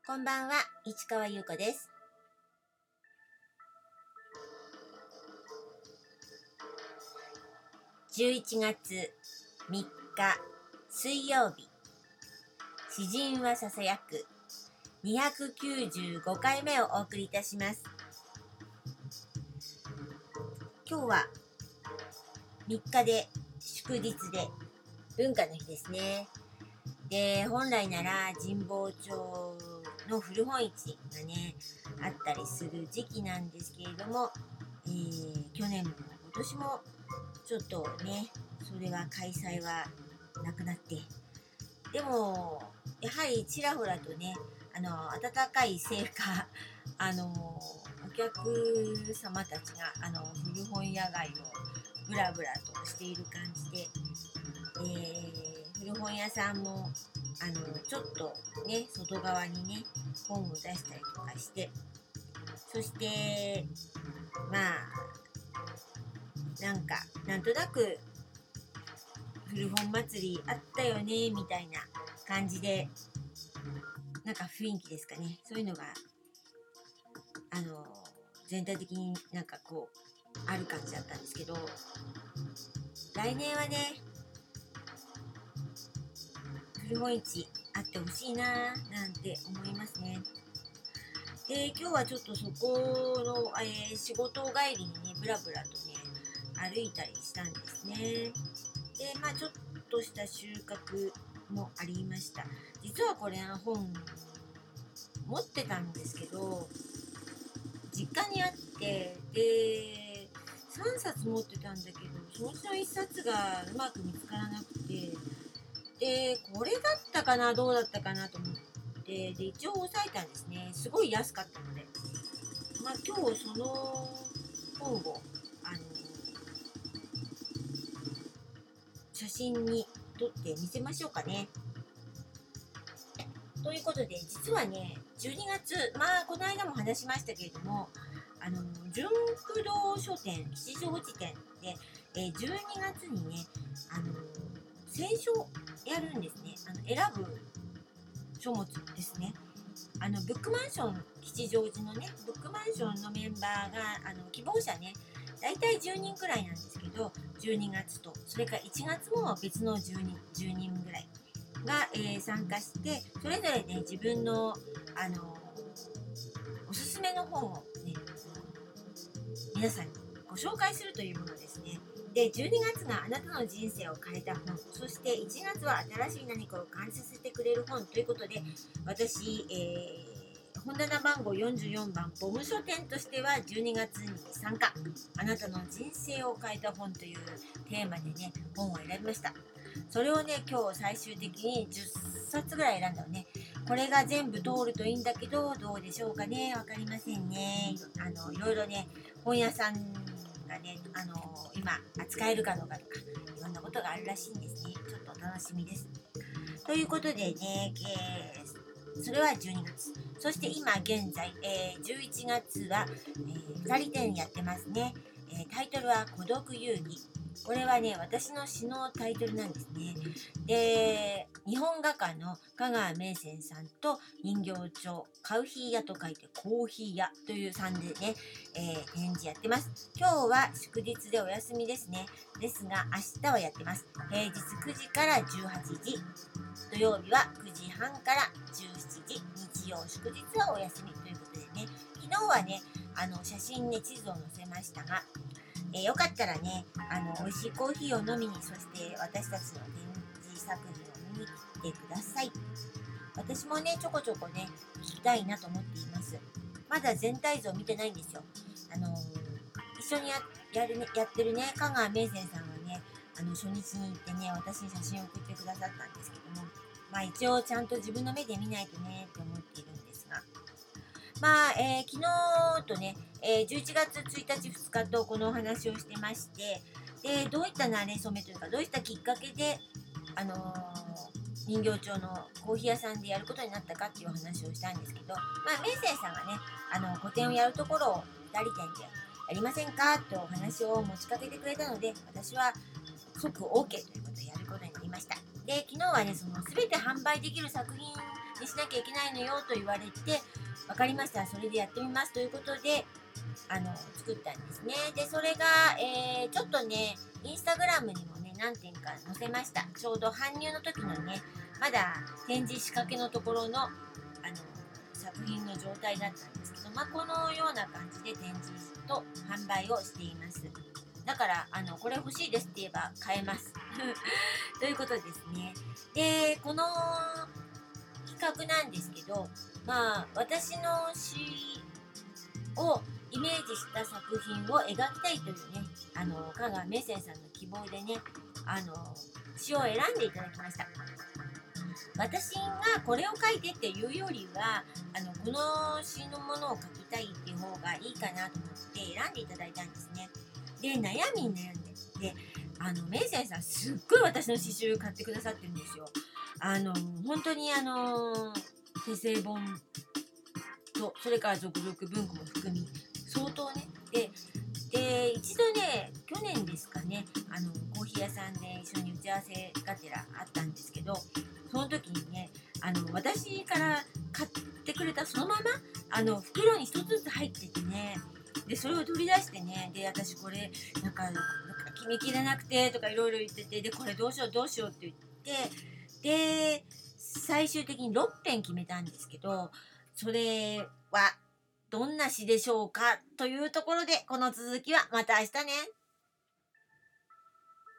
こんばんは、市川優子です。11月3日水曜日、詩人はささやく295回目をお送りいたします。今日は3日で祝日で文化の日ですね。で、本来なら神保町の古本市がねあったりする時期なんですけれども、去年も今年もちょっとねそれは開催はなくなって、でもやはりちらほらとね温かい成果お客様たちが古本屋街をブラブラとしている感じで、古本屋さんもちょっとね外側にね本を出したりとかして、そしてまあなんとなく古本祭りあったよねみたいな感じで、なんか雰囲気ですかね、そういうのが全体的になんかこうある感じだったんですけど、来年はね古本市あってほしいななんて思いますね。で、今日はちょっとそこの、仕事帰りにねブラブラとね歩いたりしたんですね。で、ちょっとした収穫もありました。実はこれ本持ってたんですけど、実家にあって、で3冊持ってたんだけど、そのうちの1冊がうまく見つからなくて、でこれだったかなどうだったかなと思って、で一応押さえたんですね。すごい安かったので、今日その本を写真に撮って見せましょうかね。ということで、実はね12月、この間も話しましたけれども、純駆動書店吉祥寺店で、12月にね選書やるんですね。選ぶ書物ですね。ブックマンション吉祥寺のねブックマンションのメンバーが希望者ねだいたい10人くらいなんですけど、12月とそれから1月も別の10人ぐらいが、参加して、それぞれね自分のおすすめの本をね皆さんにご紹介するというものですね。で、12月があなたの人生を変えた本、そして1月は新しい何かを感じさせてくれる本ということで、私、本棚番号44番ボム書店としては12月に参加、あなたの人生を変えた本というテーマでね本を選びました。それをね今日最終的に10冊ぐらい選んだのね。これが全部通るといいんだけど、どうでしょうかね、わかりませんね。いろいろね本屋さんがね今扱えるかどうかとかいろんなことがあるらしいんですね。ちょっとお楽しみです。ということでね、それは12月。そして今現在、11月は、2人展やってますね。タイトルは孤独遊戯。これはね私の詩のタイトルなんですね。で、日本画家の香川明泉さんと人形町カウヒー屋と書いてコーヒー屋というさんでね、展示やってます。今日は祝日でお休みですね。ですが明日はやってます。平日9時から18時、土曜日は9時半から17時、日曜祝日はお休みということでね、昨日はね写真ね地図を載せましたが、よかったらね美味しいコーヒーを飲みに、そして私たちの展示作品を見に来てください。私もねちょこちょこね聞きたいなと思っています。まだ全体像見てないんですよ。一緒にやってるね香川明泉さんがね初日に行ってね私に写真を送ってくださったんですけども、一応ちゃんと自分の目で見ないとねって思っているんですが、昨日とね、11月1日2日とこのお話をしてまして、でどういった馴れ初めというかどういったきっかけで人形町のコーヒー屋さんでやることになったかっていう話をしたんですけど、明泉さんがね個展をやるところを2人展でやりませんかとお話を持ちかけてくれたので、私は即 OK ということでやることになりました。で、昨日はねその全て販売できる作品にしなきゃいけないのよと言われて、分かりました、それでやってみますということで作ったんですね。でそれが、ちょっとねインスタグラムにもね何点か載せました。ちょうど搬入の時のねまだ展示仕掛けのところの作品の状態だったんですけど、このような感じで展示と販売をしています。だからこれ欲しいですって言えば買えますということですね。でこの企画なんですけど、私の詩をイメージした作品を描きたいというね香川めいせんさんの希望でね詩を選んでいただきました。私がこれを書いてっていうよりはこの詩のものを書きたいっていう方がいいかなと思って選んでいただいたんですね。で悩みに悩んでめいせんさんすっごい私の詩集買ってくださってるんですよ。本当に手製本とそれから続々文庫も含み相当ね。で一度ね去年ですかねコーヒー屋さんで一緒に打ち合わせがてらあったんですけど、その時にね私から買ってくれたそのまま袋に一つずつ入っててね、でそれを取り出してね、で私これなんか決めきれなくてとかいろいろ言ってて、でこれどうしようって言ってで最終的に6編決めたんですけど、それはどんな詩でしょうかというところで、この続きはまた明日ね。